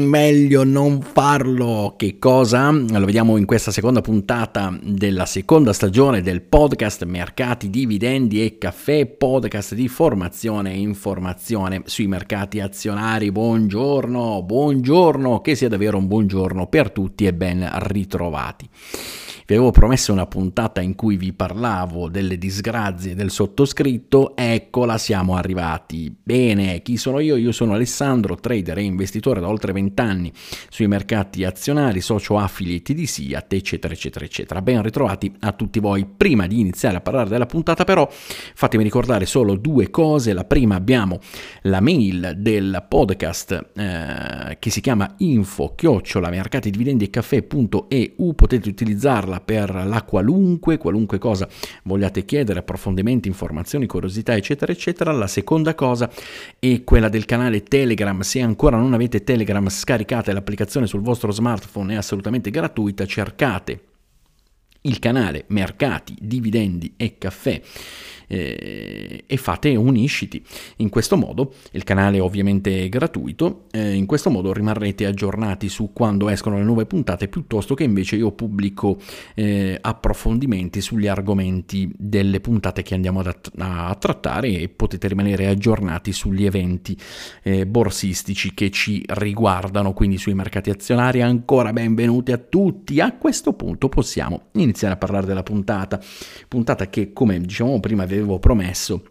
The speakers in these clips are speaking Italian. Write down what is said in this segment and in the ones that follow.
meglio non farlo. Che cosa? Lo vediamo in questa seconda puntata della seconda stagione del podcast Mercati, Dividendi e Caffè, podcast di formazione e informazione sui mercati azionari. Buongiorno, che sia davvero un buongiorno per tutti e ben ritrovati. Vi avevo promesso una puntata in cui vi parlavo delle disgrazie del sottoscritto, eccola, siamo arrivati. Bene, chi sono io? Io sono Alessandro, trader e investitore da oltre 20 anni sui mercati azionari, socio affiliate di SIAT, eccetera, eccetera, eccetera. Ben ritrovati a tutti voi. Prima di iniziare a parlare della puntata, però, fatemi ricordare solo due cose. La prima, abbiamo la mail del podcast che si chiama info@mercatidividendicaffè.eu, potete utilizzarla per la qualunque cosa vogliate chiedere, approfondimenti, informazioni, curiosità, eccetera, eccetera. La seconda cosa è quella del canale Telegram. Se ancora non avete Telegram, scaricate l'applicazione sul vostro smartphone, è assolutamente gratuita, cercate il canale Mercati, Dividendi e Caffè e fate unisciti. In questo modo, il canale è ovviamente gratuito, in questo modo rimarrete aggiornati su quando escono le nuove puntate, piuttosto che invece io pubblico approfondimenti sugli argomenti delle puntate che andiamo a trattare, e potete rimanere aggiornati sugli eventi borsistici che ci riguardano, quindi sui mercati azionari. Ancora benvenuti a tutti. A questo punto possiamo iniziare a parlare della puntata che, come dicevamo prima, avevo promesso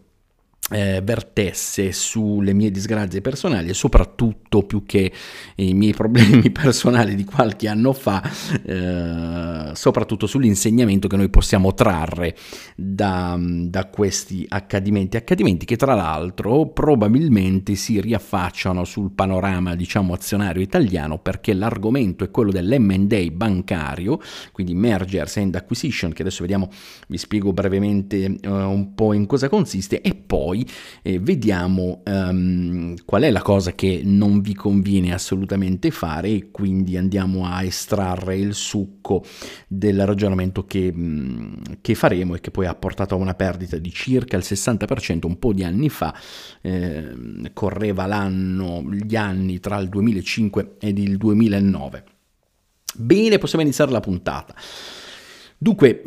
vertesse sulle mie disgrazie personali e soprattutto, più che i miei problemi personali di qualche anno fa, soprattutto sull'insegnamento che noi possiamo trarre da questi accadimenti che tra l'altro probabilmente si riaffacciano sul panorama, diciamo, azionario italiano, perché l'argomento è quello dell'M&A bancario, quindi mergers and acquisition, che adesso vediamo, vi spiego brevemente un po' in cosa consiste, e poi vediamo qual è la cosa che non vi conviene assolutamente fare, e quindi andiamo a estrarre il succo del ragionamento che faremo e che poi ha portato a una perdita di circa il 60% un po' di anni fa. Correva gli anni tra il 2005 ed il 2009. Bene, possiamo iniziare la puntata. Dunque,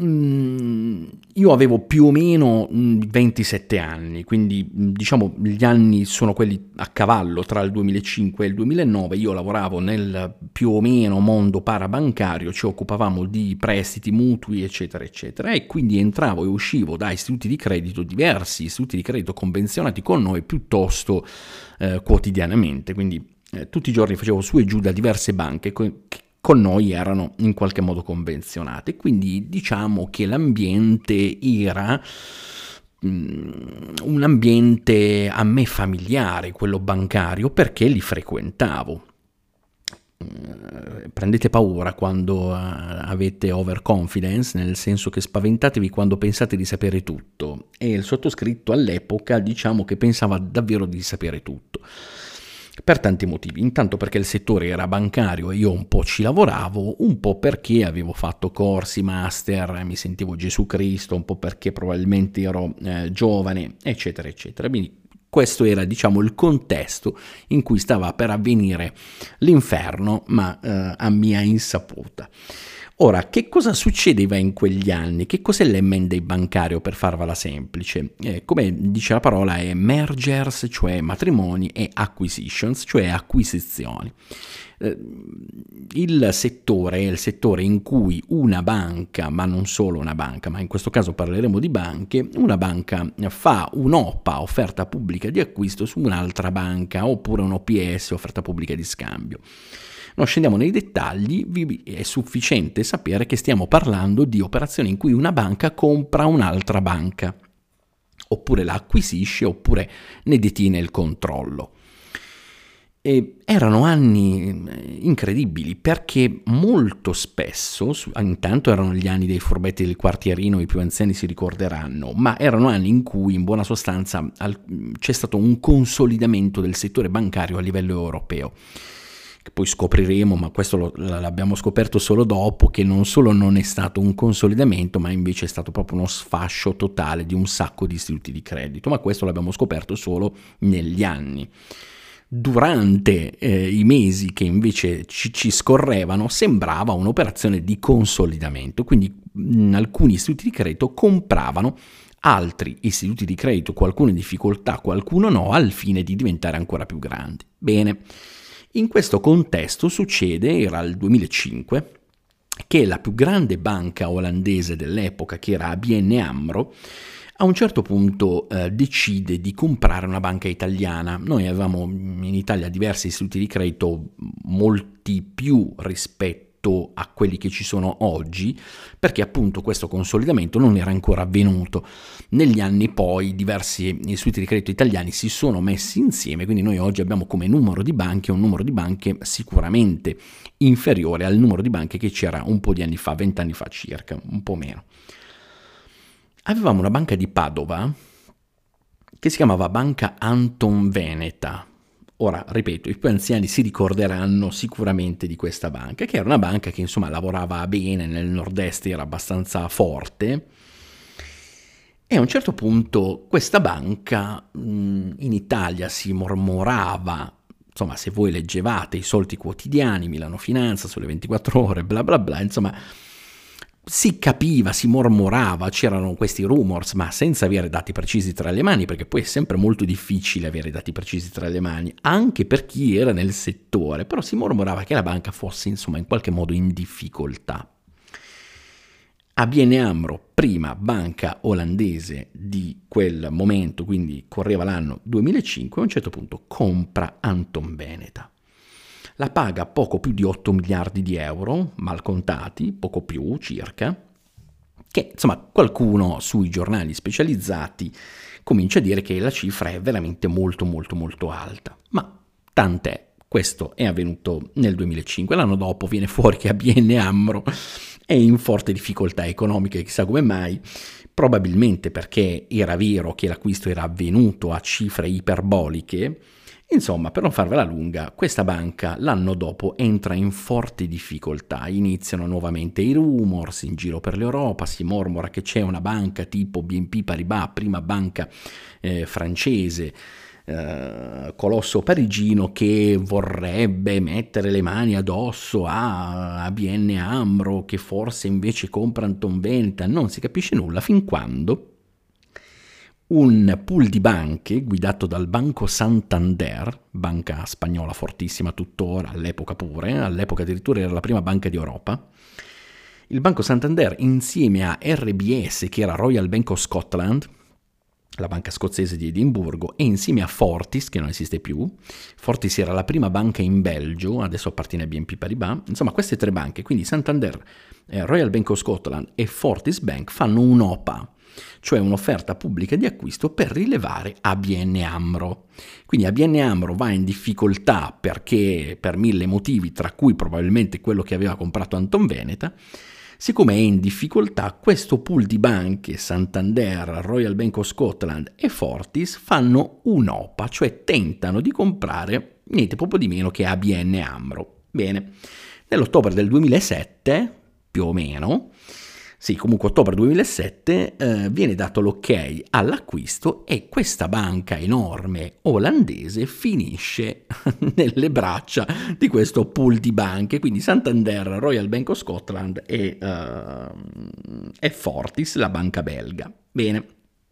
io avevo più o meno 27 anni, quindi diciamo gli anni sono quelli a cavallo tra il 2005 e il 2009. Io lavoravo nel più o meno mondo parabancario, ci occupavamo di prestiti, mutui, eccetera, eccetera, e quindi entravo e uscivo da istituti di credito, diversi istituti di credito convenzionati con noi, piuttosto quotidianamente, quindi tutti i giorni facevo su e giù da diverse banche con noi erano in qualche modo convenzionate, quindi diciamo che l'ambiente era un ambiente a me familiare, quello bancario, perché li frequentavo. Prendete paura quando avete overconfidence, nel senso che spaventatevi quando pensate di sapere tutto, e il sottoscritto all'epoca diciamo che pensava davvero di sapere tutto. Per tanti motivi, intanto perché il settore era bancario e io un po' ci lavoravo, un po' perché avevo fatto corsi, master, mi sentivo Gesù Cristo, un po' perché probabilmente ero giovane, eccetera, eccetera. Quindi questo era, diciamo, il contesto in cui stava per avvenire l'inferno, ma a mia insaputa. Ora, che cosa succedeva in quegli anni? Che cos'è l'M&A bancario, per farvela semplice? Come dice la parola, è mergers, cioè matrimoni, e acquisitions, cioè acquisizioni. Il settore è il settore in cui una banca, ma non solo una banca, ma in questo caso parleremo di banche, una banca fa un'OPA, offerta pubblica di acquisto, su un'altra banca, oppure un OPS, offerta pubblica di scambio. Non scendiamo nei dettagli, è sufficiente sapere che stiamo parlando di operazioni in cui una banca compra un'altra banca, oppure la acquisisce, oppure ne detiene il controllo. E erano anni incredibili, perché molto spesso, intanto erano gli anni dei furbetti del quartierino, i più anziani si ricorderanno, ma erano anni in cui in buona sostanza c'è stato un consolidamento del settore bancario a livello europeo. Che poi scopriremo, ma questo l'abbiamo scoperto solo dopo, che non solo non è stato un consolidamento, ma invece è stato proprio uno sfascio totale di un sacco di istituti di credito, ma questo l'abbiamo scoperto solo negli anni. durante i mesi che invece ci scorrevano sembrava un'operazione di consolidamento, quindi alcuni istituti di credito compravano altri istituti di credito, qualcuno in difficoltà, qualcuno no, al fine di diventare ancora più grandi. Bene, in questo contesto succede, era il 2005, che la più grande banca olandese dell'epoca, che era ABN AMRO, a un certo punto decide di comprare una banca italiana. Noi avevamo in Italia diversi istituti di credito, molti più rispetto a quelli che ci sono oggi, perché appunto questo consolidamento non era ancora avvenuto. Negli anni poi diversi istituti di credito italiani si sono messi insieme, quindi noi oggi abbiamo come numero di banche un numero di banche sicuramente inferiore al numero di banche che c'era un po' di anni fa, 20 anni fa circa, un po' meno. Avevamo una banca di Padova che si chiamava Banca Anton Veneta. Ora, ripeto, i più anziani si ricorderanno sicuramente di questa banca, che era una banca che insomma lavorava bene nel nord-est, era abbastanza forte. E a un certo punto questa banca in Italia si mormorava, insomma, se voi leggevate i soliti quotidiani, Milano Finanza, Sole 24 Ore, bla bla bla, insomma, si capiva, si mormorava, c'erano questi rumors, ma senza avere dati precisi tra le mani, perché poi è sempre molto difficile avere dati precisi tra le mani, anche per chi era nel settore, però si mormorava che la banca fosse, insomma, in qualche modo in difficoltà. ABN AMRO, prima banca olandese di quel momento, quindi correva l'anno 2005, a un certo punto compra Anton Veneta. La paga poco più di 8 miliardi di euro, mal contati, poco più circa, che insomma qualcuno sui giornali specializzati comincia a dire che la cifra è veramente molto molto molto alta, ma tant'è. Questo è avvenuto nel 2005, l'anno dopo viene fuori che ABN AMRO è in forte difficoltà economica, chissà come mai, probabilmente perché era vero che l'acquisto era avvenuto a cifre iperboliche. Insomma, per non farvela lunga, questa banca l'anno dopo entra in forte difficoltà, iniziano nuovamente i rumors in giro per l'Europa, si mormora che c'è una banca tipo BNP Paribas, prima banca francese, colosso parigino, che vorrebbe mettere le mani addosso a ABN AMRO, che forse invece compra Anton Veneta, non si capisce nulla fin quando un pool di banche guidato dal Banco Santander, banca spagnola fortissima tuttora, all'epoca pure, all'epoca addirittura era la prima banca d'Europa, il Banco Santander insieme a RBS, che era Royal Bank of Scotland, la banca scozzese di Edimburgo, e insieme a Fortis, che non esiste più. Fortis era la prima banca in Belgio, adesso appartiene a BNP Paribas. Insomma, queste tre banche, quindi Santander, Royal Bank of Scotland e Fortis Bank, fanno un'OPA, cioè un'offerta pubblica di acquisto per rilevare ABN AMRO. Quindi ABN AMRO va in difficoltà perché per mille motivi, tra cui probabilmente quello che aveva comprato Anton Veneta. Siccome è in difficoltà, questo pool di banche, Santander, Royal Bank of Scotland e Fortis, fanno un'OPA, cioè tentano di comprare niente poco di meno che ABN AMRO. Bene, nell'ottobre del 2007, più o meno, sì, comunque ottobre 2007, viene dato l'ok all'acquisto e questa banca enorme olandese finisce nelle braccia di questo pool di banche, quindi Santander, Royal Bank of Scotland e Fortis, la banca belga. Bene.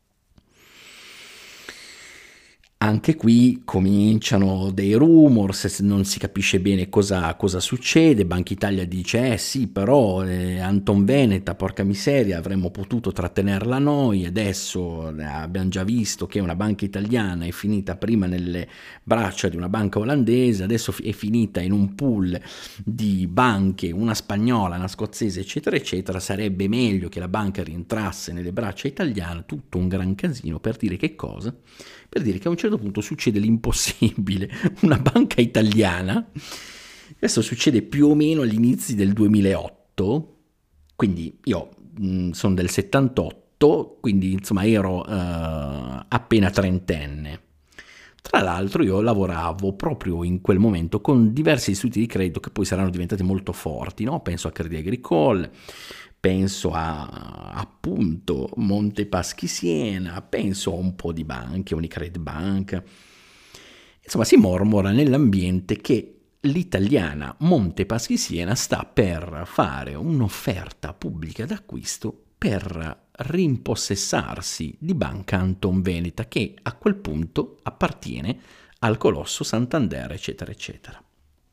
Anche qui cominciano dei rumors, non si capisce bene cosa succede. Banca Italia dice sì, però Anton Veneta, porca miseria, avremmo potuto trattenerla noi, adesso abbiamo già visto che una banca italiana è finita prima nelle braccia di una banca olandese, adesso è finita in un pool di banche, una spagnola, una scozzese, eccetera eccetera, sarebbe meglio che la banca rientrasse nelle braccia italiane. Tutto un gran casino per dire che cosa? Per dire che a un certo punto succede l'impossibile, una banca italiana, questo succede più o meno agli inizi del 2008, quindi io sono del 78, quindi insomma ero appena trentenne. Tra l'altro io lavoravo proprio in quel momento con diversi istituti di credito che poi saranno diventati molto forti, no? Penso a Crédit Agricole, penso a appunto Monte Paschi Siena, penso a un po' di banche, Unicredit Bank. Insomma, si mormora nell'ambiente che l'italiana Monte Paschi Siena sta per fare un'offerta pubblica d'acquisto per rimpossessarsi di Banca Anton Veneta, che a quel punto appartiene al colosso Santander, eccetera, eccetera.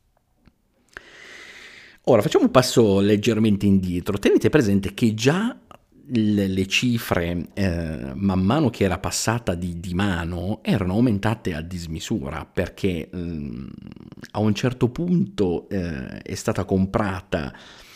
Ora facciamo un passo leggermente indietro. Tenete presente che già le cifre, man mano che era passata di mano, erano aumentate a dismisura, perché a un certo punto è stata comprata.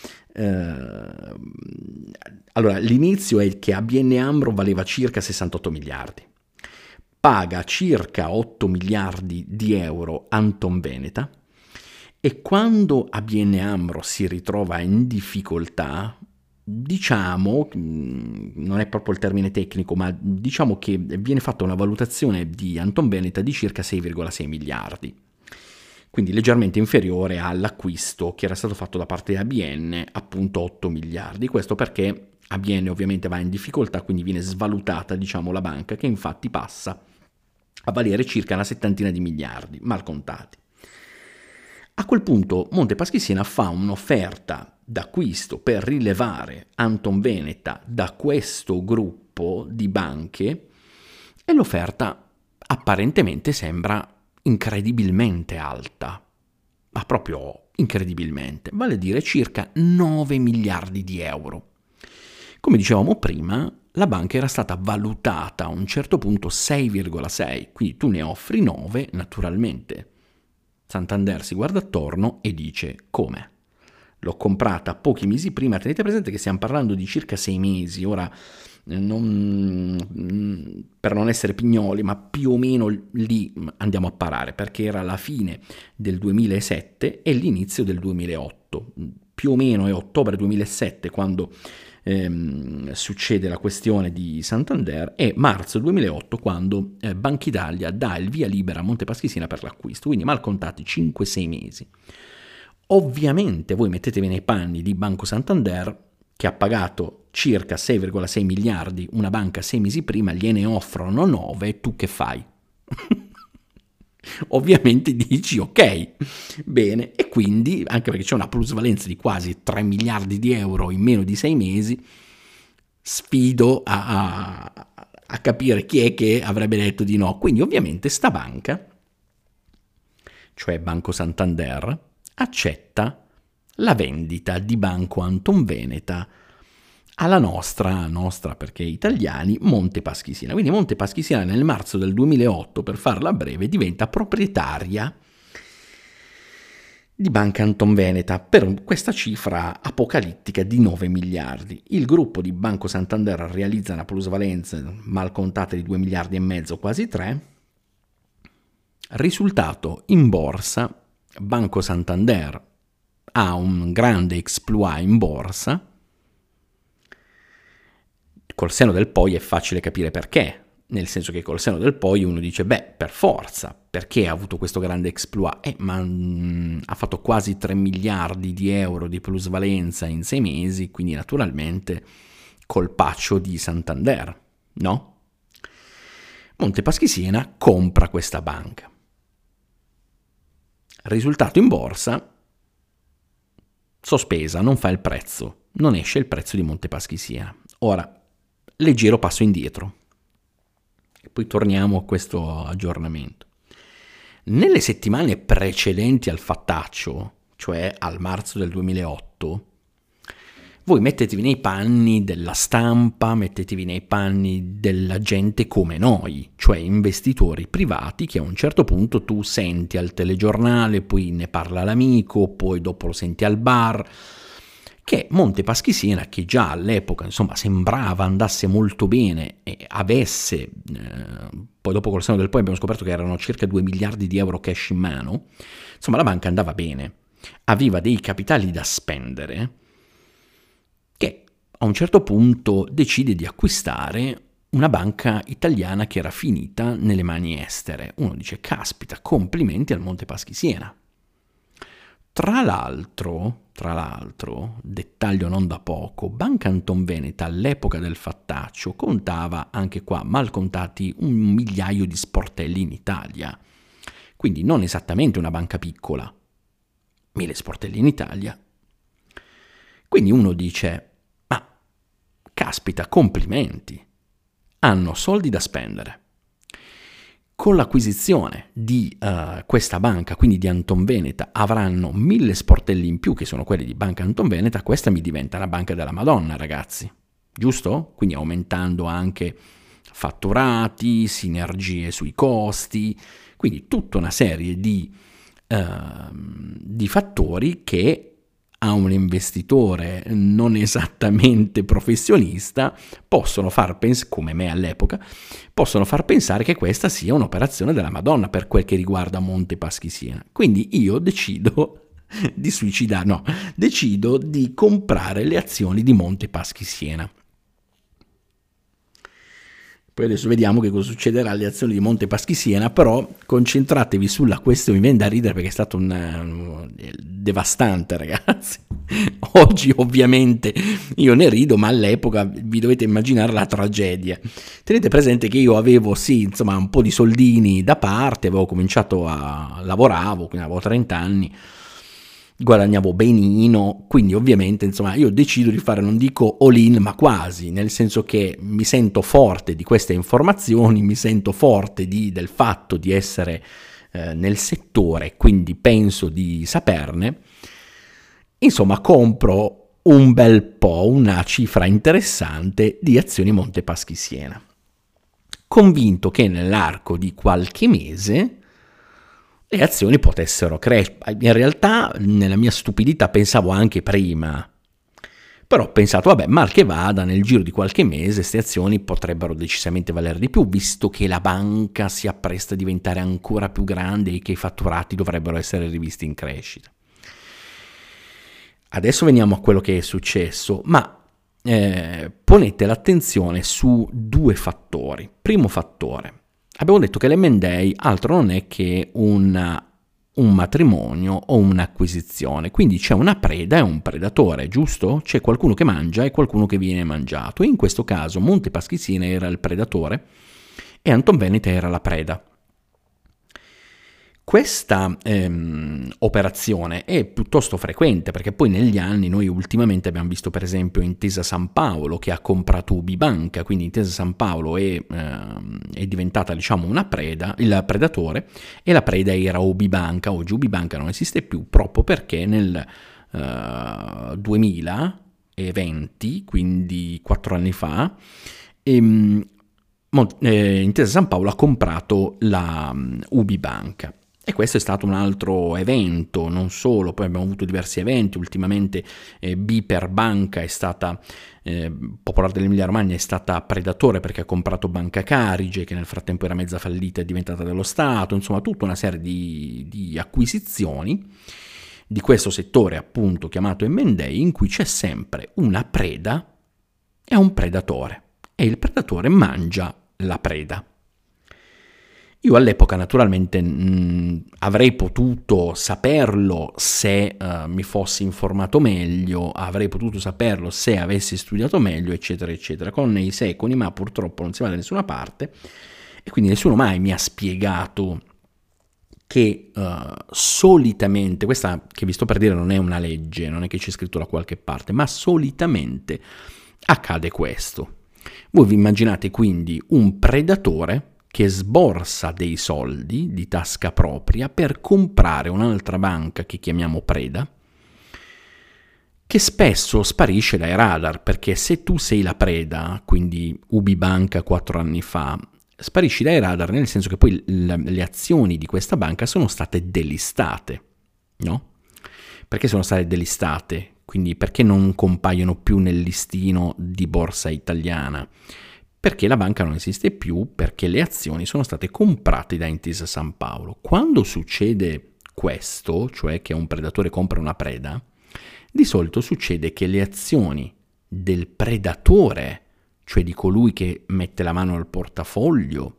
Allora, l'inizio è che ABN AMRO valeva circa 68 miliardi, paga circa 8 miliardi di euro Anton Veneta, e quando ABN AMRO si ritrova in difficoltà, diciamo, non è proprio il termine tecnico, ma diciamo che viene fatta una valutazione di Anton Veneta di circa 6,6 miliardi, quindi leggermente inferiore all'acquisto che era stato fatto da parte di ABN, appunto 8 miliardi. Questo perché ABN ovviamente va in difficoltà, quindi viene svalutata, diciamo, la banca, che infatti passa a valere circa una settantina di miliardi, mal contati. A quel punto Monte Paschi Siena fa un'offerta d'acquisto per rilevare Anton Veneta da questo gruppo di banche, e l'offerta apparentemente sembra incredibilmente alta, ma proprio incredibilmente, vale a dire circa 9 miliardi di euro. Come dicevamo prima, la banca era stata valutata a un certo punto 6,6, quindi tu ne offri 9, naturalmente Santander si guarda attorno e dice: come? L'ho comprata pochi mesi prima. Tenete presente che stiamo parlando di circa 6 mesi, ora per non essere pignoli, ma più o meno lì andiamo a parare, perché era la fine del 2007 e l'inizio del 2008, più o meno è ottobre 2007 quando succede la questione di Santander, e marzo 2008 quando Banca Italia dà il via libera a Monte Paschi Siena per l'acquisto, quindi mal contati 5-6 mesi. Ovviamente voi mettetevi nei panni di Banco Santander, che ha pagato circa 6,6 miliardi una banca 6 mesi prima, gliene offrono 9, tu che fai? Ovviamente dici ok, bene, e quindi, anche perché c'è una plusvalenza di quasi 3 miliardi di euro in meno di 6 mesi, sfido a capire chi è che avrebbe detto di no. Quindi ovviamente sta banca, cioè Banco Santander, accetta la vendita di Banco Anton Veneta alla nostra perché italiani, Monte Paschi Siena. Quindi Monte Paschi Siena nel marzo del 2008, per farla breve, diventa proprietaria di Banca Anton Veneta per questa cifra apocalittica di 9 miliardi. Il gruppo di Banco Santander realizza una plusvalenza mal contata di 2 miliardi e mezzo, quasi 3. Risultato in borsa: Banco Santander ha un grande exploit in borsa. Col seno del poi è facile capire perché, nel senso che col seno del poi uno dice, per forza, perché ha avuto questo grande exploit? Ha fatto quasi 3 miliardi di euro di plusvalenza in 6 mesi, quindi naturalmente colpaccio di Santander, no? Monte Paschi Siena compra questa banca. Risultato in borsa: sospesa, non fa il prezzo, non esce il prezzo di Monte Paschi Siena. Ora, leggero passo indietro e poi torniamo a questo aggiornamento. Nelle settimane precedenti al fattaccio, cioè al marzo del 2008, voi mettetevi nei panni della stampa, mettetevi nei panni della gente come noi, cioè investitori privati, che a un certo punto tu senti al telegiornale, poi ne parla l'amico, poi dopo lo senti al bar, che Monte Paschi Siena, che già all'epoca insomma sembrava andasse molto bene e avesse, poi dopo col seno del poi abbiamo scoperto che erano circa 2 miliardi di euro cash in mano, insomma la banca andava bene, aveva dei capitali da spendere, che a un certo punto decide di acquistare una banca italiana che era finita nelle mani estere. Uno dice, caspita, complimenti al Monte Paschi Siena. Tra l'altro, dettaglio non da poco, Banca Anton Veneta all'epoca del fattaccio contava, anche qua mal contati, 1 migliaio di sportelli in Italia. quindi non esattamente una banca piccola, 1000 sportelli in Italia. Quindi uno dice, ma caspita, complimenti, hanno soldi da spendere. Con l'acquisizione di questa banca, quindi di Antonveneta, avranno 1000 sportelli in più che sono quelli di Banca Antonveneta. Questa mi diventa una banca della Madonna, ragazzi, giusto? Quindi aumentando anche fatturati, sinergie sui costi, quindi tutta una serie di fattori che a un investitore non esattamente professionista possono far pensare, come me all'epoca, possono far pensare che questa sia un'operazione della Madonna per quel che riguarda Monte Paschi Siena. Quindi io decido decido di comprare le azioni di Monte Paschi Siena. Poi adesso vediamo che cosa succederà alle azioni di Monte Paschi Siena, però concentratevi sulla questione, mi viene da ridere perché è stato devastante, ragazzi. Oggi ovviamente io ne rido, ma all'epoca vi dovete immaginare la tragedia. Tenete presente che io avevo un po' di soldini da parte, avevo cominciato lavoravo, quindi avevo 30 anni, guadagnavo benino, quindi ovviamente io decido di fare, non dico all in, ma quasi, nel senso che mi sento forte di queste informazioni, mi sento forte del fatto di essere nel settore, quindi penso di saperne. Insomma, compro un bel po', una cifra interessante di azioni Monte Paschi Siena, convinto che nell'arco di qualche mese le azioni potessero crescere. In realtà, nella mia stupidità, pensavo anche prima, però ho pensato, vabbè, mal che vada, nel giro di qualche mese queste azioni potrebbero decisamente valere di più, visto che la banca si appresta a diventare ancora più grande e che i fatturati dovrebbero essere rivisti in crescita. Adesso veniamo a quello che è successo, ma ponete l'attenzione su due fattori. Primo fattore, abbiamo detto che l'M&A altro non è che un matrimonio o un'acquisizione, quindi c'è una preda e un predatore, giusto? C'è qualcuno che mangia e qualcuno che viene mangiato. In questo caso Monte Paschi Siena era il predatore e Antonveneta era la preda. Questa operazione è piuttosto frequente perché poi negli anni noi ultimamente abbiamo visto per esempio Intesa Sanpaolo che ha comprato UBI-Banca, quindi Intesa Sanpaolo è diventata una preda, il predatore, e la preda era UBI-Banca. Oggi UBI-Banca non esiste più proprio perché nel 2020, quindi 4 anni fa, Intesa Sanpaolo ha comprato la UBI-Banca. E questo è stato un altro evento, non solo, poi abbiamo avuto diversi eventi, ultimamente BPER Banca è stata, Popolare dell'Emilia Romagna è stata predatore perché ha comprato Banca Carige, che nel frattempo era mezza fallita e è diventata dello Stato, insomma tutta una serie di acquisizioni di questo settore appunto chiamato M&A, in cui c'è sempre una preda e un predatore, e il predatore mangia la preda. Io all'epoca naturalmente avrei potuto saperlo se mi fossi informato meglio, avrei potuto saperlo se avessi studiato meglio, eccetera, eccetera. Con i se e con i ma purtroppo non si va da nessuna parte e quindi nessuno mai mi ha spiegato che solitamente, questa che vi sto per dire non è una legge, non è che c'è scritto da qualche parte, ma solitamente accade questo. Voi vi immaginate quindi un predatore che sborsa dei soldi di tasca propria per comprare un'altra banca che chiamiamo preda, che spesso sparisce dai radar, perché se tu sei la preda, quindi UBI-Banca 4 anni fa, sparisci dai radar nel senso che poi le azioni di questa banca sono state delistate, no? Perché sono state delistate? Quindi perché non compaiono più nel listino di borsa italiana? Perché la banca non esiste più, perché le azioni sono state comprate da Intesa Sanpaolo. Quando succede questo, cioè che un predatore compra una preda, di solito succede che le azioni del predatore, cioè di colui che mette la mano al portafoglio,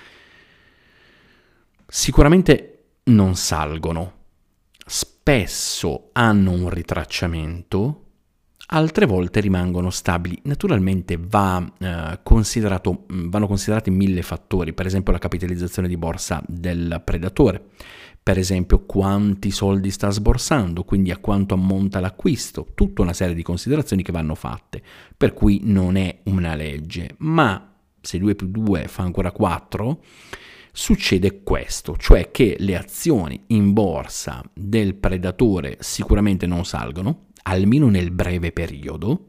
sicuramente non salgono, spesso hanno un ritracciamento, altre volte rimangono stabili. Naturalmente vanno considerati 1000 fattori, per esempio la capitalizzazione di borsa del predatore, per esempio quanti soldi sta sborsando, quindi a quanto ammonta l'acquisto, tutta una serie di considerazioni che vanno fatte, per cui non è una legge, ma se 2 più 2 fa ancora 4, succede questo, cioè che le azioni in borsa del predatore sicuramente non salgono, almeno nel breve periodo,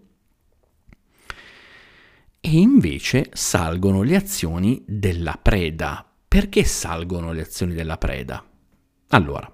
e invece salgono le azioni della preda. Perché salgono le azioni della preda? Allora,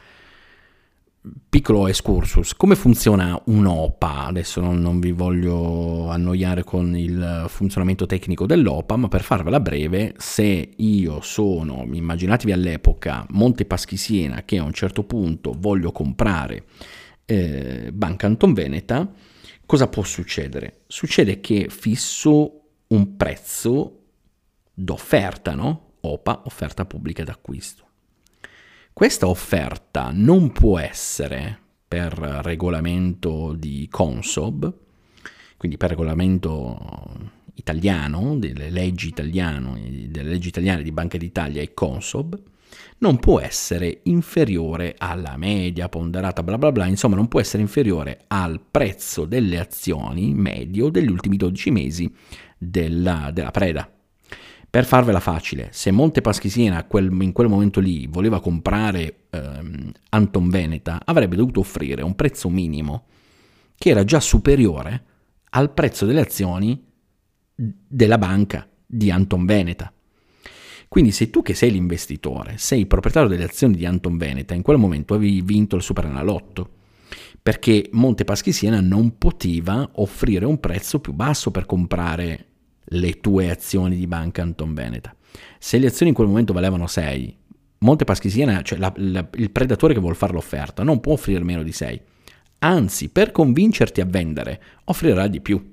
piccolo excursus, come funziona un'OPA? Adesso non vi voglio annoiare con il funzionamento tecnico dell'OPA, ma per farvela breve, se io sono, immaginatevi all'epoca, Monte Paschi Siena, che a un certo punto voglio comprare Banca Antonveneta, cosa può succedere? Succede che fisso un prezzo d'offerta, no? OPA, offerta pubblica d'acquisto. Questa offerta non può essere per regolamento di Consob, quindi per regolamento italiano, delle leggi italiane di Banca d'Italia e Consob, non può essere inferiore alla media ponderata bla bla bla, insomma non può essere inferiore al prezzo delle azioni medio degli ultimi 12 mesi della preda. Per farvela facile, se Monte Paschi Siena in quel momento lì voleva comprare Antonveneta, avrebbe dovuto offrire un prezzo minimo che era già superiore al prezzo delle azioni della banca di Antonveneta. Quindi se tu che sei l'investitore, sei il proprietario delle azioni di Antonveneta, in quel momento avevi vinto il Superenalotto, perché Monte Paschi Siena non poteva offrire un prezzo più basso per comprare le tue azioni di Banca Antonveneta. Se le azioni in quel momento valevano 6, Monte Paschi Siena, cioè il predatore che vuol fare l'offerta, non può offrire meno di 6. Anzi, per convincerti a vendere, offrirà di più.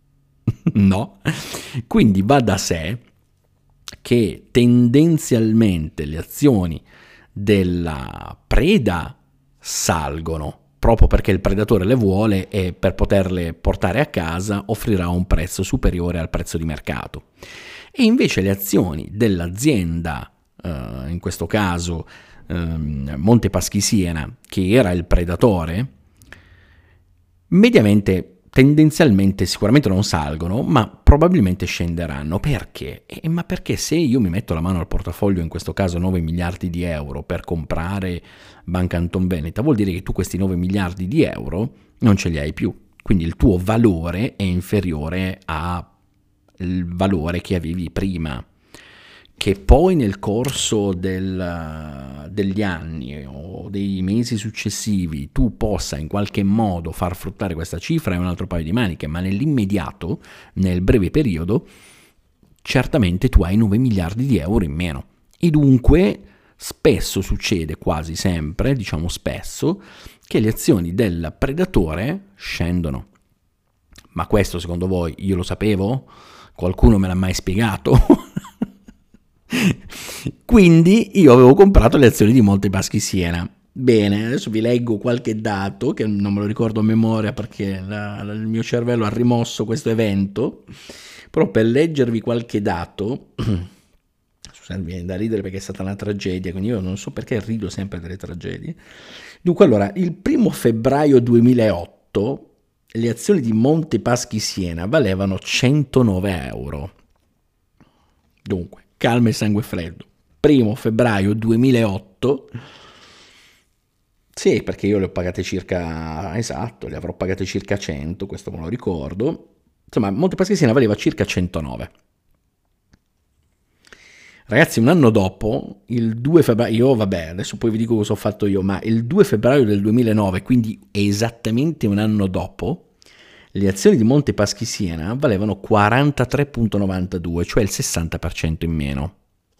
No? Quindi va da sé che tendenzialmente le azioni della preda salgono, proprio perché il predatore le vuole e per poterle portare a casa offrirà un prezzo superiore al prezzo di mercato. E invece le azioni dell'azienda, in questo caso Monte Paschi Siena, che era il predatore, mediamente, tendenzialmente sicuramente non salgono, ma probabilmente scenderanno. Perché? Ma perché se io mi metto la mano al portafoglio, in questo caso 9 miliardi di euro, per comprare Banca Antonveneta, vuol dire che tu questi 9 miliardi di euro non ce li hai più. Quindi il tuo valore è inferiore al valore che avevi prima. Che poi nel corso degli anni o dei mesi successivi tu possa in qualche modo far fruttare questa cifra è un altro paio di maniche, ma nell'immediato, nel breve periodo, certamente tu hai 9 miliardi di euro in meno. E dunque spesso succede, quasi sempre, diciamo spesso, che le azioni del predatore scendono. Ma questo secondo voi io lo sapevo? Qualcuno me l'ha mai spiegato? Quindi io avevo comprato le azioni di Monte Paschi Siena. Bene, adesso vi leggo qualche dato che non me lo ricordo a memoria perché il mio cervello ha rimosso questo evento, però per leggervi qualche dato, scusate, viene da ridere perché è stata una tragedia, quindi io non so perché rido sempre delle tragedie. Dunque allora, il 1° febbraio 2008 le azioni di Monte Paschi Siena valevano 109 euro. Dunque, calma e sangue freddo. 1° febbraio 2008, sì, perché io le ho pagate circa, esatto, le avrò pagate circa 100, questo me lo ricordo. Insomma, Monte Paschi Siena valeva circa 109. Ragazzi, un anno dopo, il 2 febbraio, adesso poi vi dico cosa ho fatto io, ma il 2 febbraio del 2009, quindi esattamente un anno dopo, le azioni di Monte Paschi Siena valevano 43,92, cioè il 60% in meno.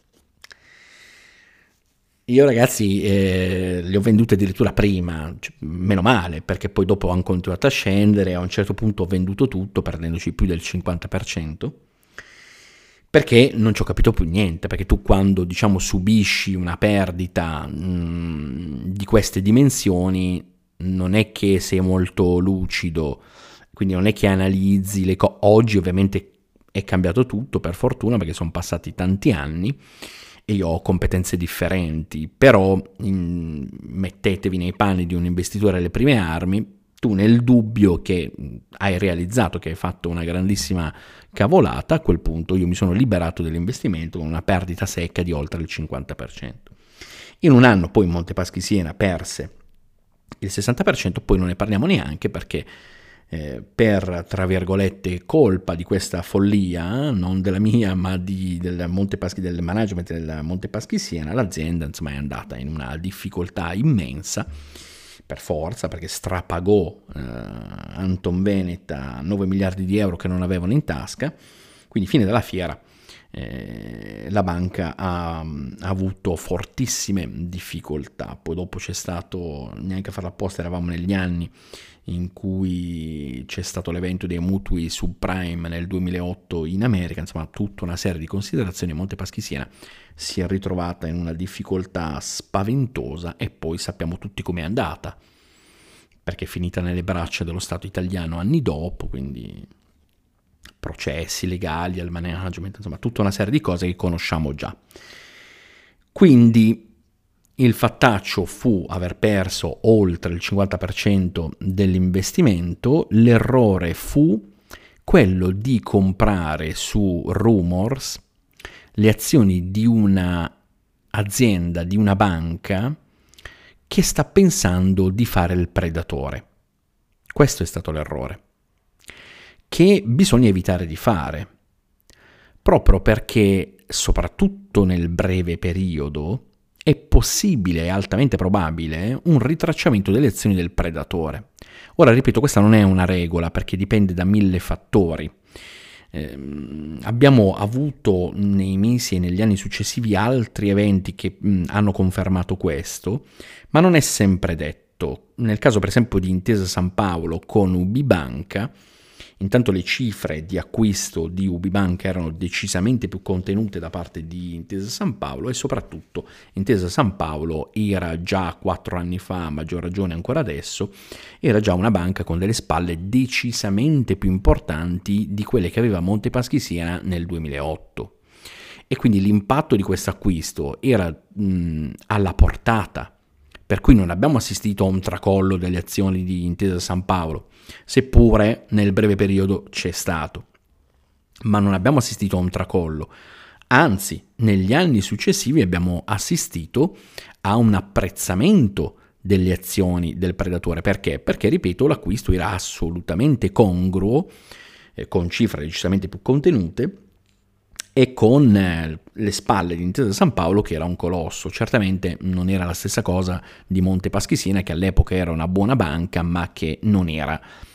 Io ragazzi le ho vendute addirittura prima, cioè, meno male, perché poi dopo hanno continuato a scendere, a un certo punto ho venduto tutto, perdendoci più del 50%, perché non ci ho capito più niente, perché tu quando diciamo subisci una perdita di queste dimensioni non è che sei molto lucido quindi non è che analizzi le cose. Oggi ovviamente è cambiato tutto, per fortuna, perché sono passati tanti anni e io ho competenze differenti, però mettetevi nei panni di un investitore alle prime armi. Tu, nel dubbio che hai realizzato che hai fatto una grandissima cavolata, a quel punto io mi sono liberato dell'investimento con una perdita secca di oltre il 50%. In un anno poi Monte Paschi Siena perse il 60%, poi non ne parliamo neanche perché per, tra virgolette, colpa di questa follia, non della mia ma del management del Monte Paschi Siena, l'azienda insomma è andata in una difficoltà immensa, per forza, perché strapagò Anton Veneta 9 miliardi di euro che non avevano in tasca. Quindi fine della fiera la banca ha avuto fortissime difficoltà. Poi dopo c'è stato, neanche a farla apposta, eravamo negli anni in cui c'è stato l'evento dei mutui subprime nel 2008 in America, insomma tutta una serie di considerazioni. Monte Paschi Siena si è ritrovata in una difficoltà spaventosa e poi sappiamo tutti com'è andata, perché è finita nelle braccia dello Stato italiano anni dopo, quindi processi legali al management, insomma tutta una serie di cose che conosciamo già. Quindi il fattaccio fu aver perso oltre il 50% dell'investimento. L'errore fu quello di comprare su Rumors le azioni di una azienda, di una banca che sta pensando di fare il predatore. Questo è stato l'errore, che bisogna evitare di fare, proprio perché, soprattutto nel breve periodo, è possibile, è altamente probabile, un ritracciamento delle azioni del predatore. Ora, ripeto, questa non è una regola, perché dipende da 1000 fattori. Abbiamo avuto nei mesi e negli anni successivi altri eventi che hanno confermato questo, ma non è sempre detto. Nel caso per esempio di Intesa Sanpaolo con UBI Banca, intanto le cifre di acquisto di UBI Banca erano decisamente più contenute da parte di Intesa Sanpaolo, e soprattutto Intesa Sanpaolo era già 4 anni fa, a maggior ragione ancora adesso, era già una banca con delle spalle decisamente più importanti di quelle che aveva Monte Paschi Siena nel 2008. E quindi l'impatto di questo acquisto era alla portata, per cui non abbiamo assistito a un tracollo delle azioni di Intesa Sanpaolo, seppure nel breve periodo c'è stato, ma non abbiamo assistito a un tracollo. Anzi, negli anni successivi abbiamo assistito a un apprezzamento delle azioni del predatore. Perché? Perché, ripeto, l'acquisto era assolutamente congruo, con cifre decisamente più contenute, e con le spalle di Intesa Sanpaolo che era un colosso. Certamente non era la stessa cosa di Monte Paschi Siena, che all'epoca era una buona banca, ma che non era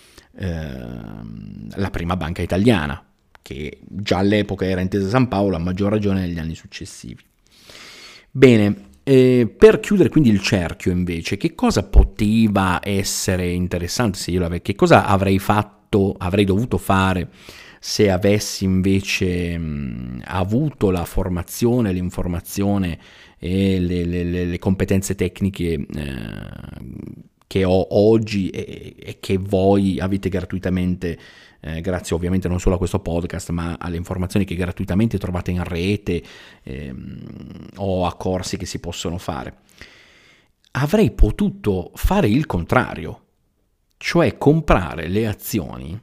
la prima banca italiana, che già all'epoca era Intesa Sanpaolo, a maggior ragione negli anni successivi. Bene, per chiudere quindi il cerchio invece, che cosa poteva essere interessante se io che cosa avrei dovuto fare se avessi invece avuto la formazione, l'informazione e le competenze tecniche che ho oggi e che voi avete gratuitamente, grazie ovviamente non solo a questo podcast, ma alle informazioni che gratuitamente trovate in rete o a corsi che si possono fare. Avrei potuto fare il contrario, cioè comprare le azioni.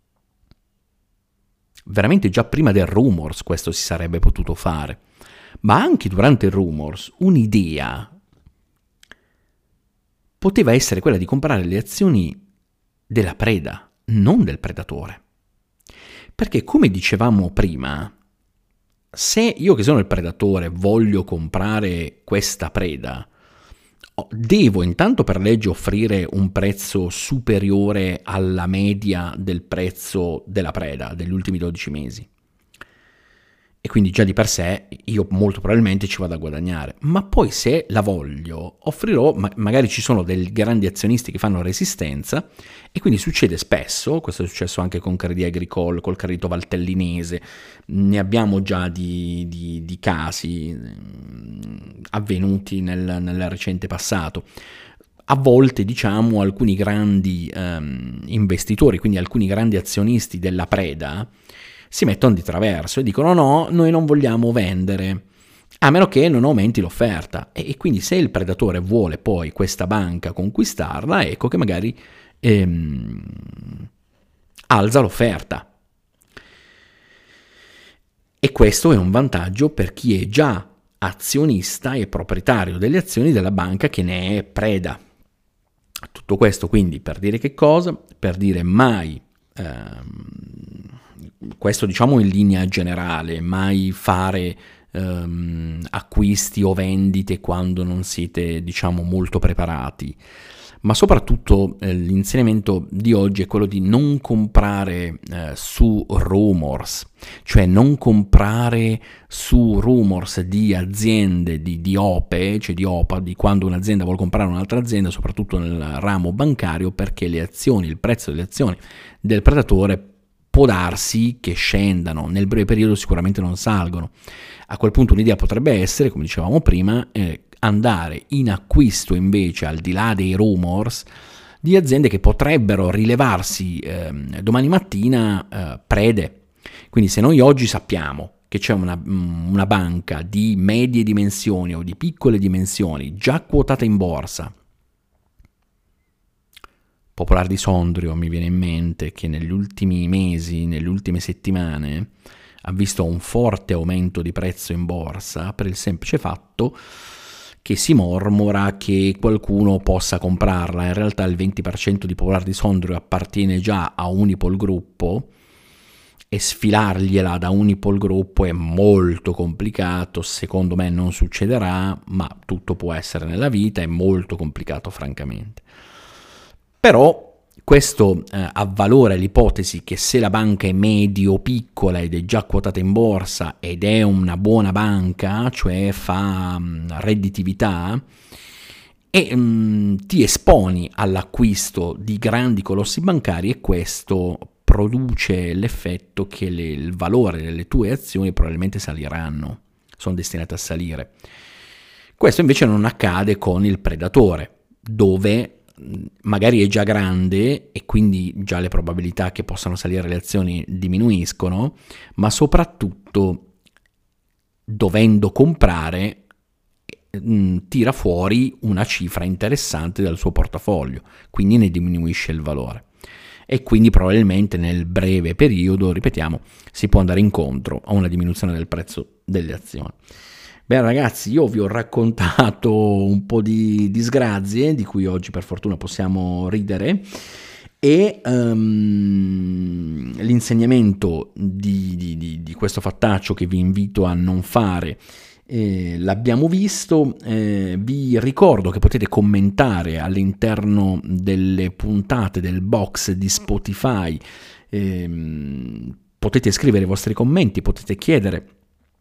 Veramente già prima del Rumors questo si sarebbe potuto fare, ma anche durante il Rumors un'idea poteva essere quella di comprare le azioni della preda, non del predatore. Perché, come dicevamo prima, se io che sono il predatore voglio comprare questa preda, devo intanto per legge offrire un prezzo superiore alla media del prezzo della preda degli ultimi 12 mesi. E quindi già di per sé io molto probabilmente ci vado a guadagnare. Ma poi se la voglio offrirò, magari ci sono dei grandi azionisti che fanno resistenza, e quindi succede spesso, questo è successo anche con Crédit Agricole, col credito valtellinese, ne abbiamo già di casi avvenuti nel recente passato. A volte, diciamo, alcuni grandi investitori, quindi alcuni grandi azionisti della preda, si mettono di traverso e dicono no, noi non vogliamo vendere, a meno che non aumenti l'offerta. E quindi se il predatore vuole poi questa banca conquistarla, ecco che magari alza l'offerta. E questo è un vantaggio per chi è già azionista e proprietario delle azioni della banca che ne è preda. Tutto questo quindi per dire che cosa? Per dire mai, questo diciamo in linea generale, mai fare acquisti o vendite quando non siete diciamo molto preparati. Ma soprattutto l'insegnamento di oggi è quello di non comprare su rumors, cioè non comprare su rumors di aziende di OPE, cioè di OPA, di quando un'azienda vuole comprare un'altra azienda, soprattutto nel ramo bancario, perché le azioni, il prezzo delle azioni del predatore può darsi che scendano, nel breve periodo sicuramente non salgono. A quel punto un'idea potrebbe essere, come dicevamo prima, andare in acquisto invece, al di là dei rumors, di aziende che potrebbero rilevarsi domani mattina prede. Quindi se noi oggi sappiamo che c'è una banca di medie dimensioni o di piccole dimensioni già quotata in borsa, Popolare di Sondrio mi viene in mente, che negli ultimi mesi, nelle ultime settimane, ha visto un forte aumento di prezzo in borsa per il semplice fatto che si mormora che qualcuno possa comprarla. In realtà il 20% di Popolare di Sondrio appartiene già a Unipol Gruppo e sfilargliela da Unipol Gruppo è molto complicato, secondo me non succederà, ma tutto può essere nella vita, è molto complicato francamente. Però questo avvalora l'ipotesi che se la banca è medio-piccola ed è già quotata in borsa ed è una buona banca, cioè fa redditività, e ti esponi all'acquisto di grandi colossi bancari e questo produce l'effetto che il valore delle tue azioni probabilmente saliranno, sono destinate a salire. Questo invece non accade con il predatore, dove magari è già grande e quindi già le probabilità che possano salire le azioni diminuiscono, ma soprattutto dovendo comprare tira fuori una cifra interessante dal suo portafoglio, quindi ne diminuisce il valore e quindi probabilmente nel breve periodo, ripetiamo, si può andare incontro a una diminuzione del prezzo delle azioni. Bene ragazzi, io vi ho raccontato un po' di disgrazie di cui oggi per fortuna possiamo ridere e l'insegnamento di questo fattaccio che vi invito a non fare l'abbiamo visto. Vi ricordo che potete commentare all'interno delle puntate del box di Spotify, potete scrivere i vostri commenti, potete chiedere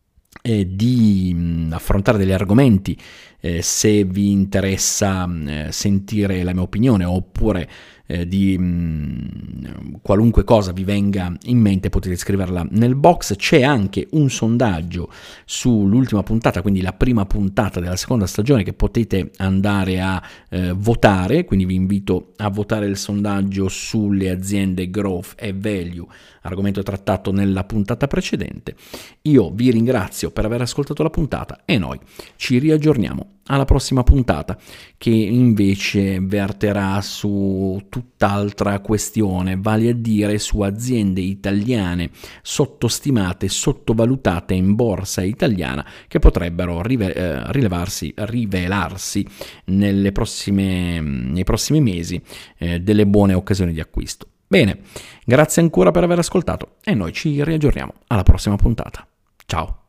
di affrontare degli argomenti se vi interessa sentire la mia opinione oppure di qualunque cosa vi venga in mente potete scriverla nel box. C'è anche un sondaggio sull'ultima puntata, quindi la prima puntata della seconda stagione, che potete andare a votare, quindi vi invito a votare il sondaggio sulle aziende growth e value, argomento trattato nella puntata precedente. Io vi ringrazio per aver ascoltato la puntata e noi ci riaggiorniamo alla prossima puntata, che invece verterà su tutt'altra questione, vale a dire su aziende italiane sottostimate, sottovalutate in borsa italiana, che potrebbero rivelarsi nei prossimi mesi delle buone occasioni di acquisto. Bene, grazie ancora per aver ascoltato e noi ci riaggiorniamo alla prossima puntata. Ciao!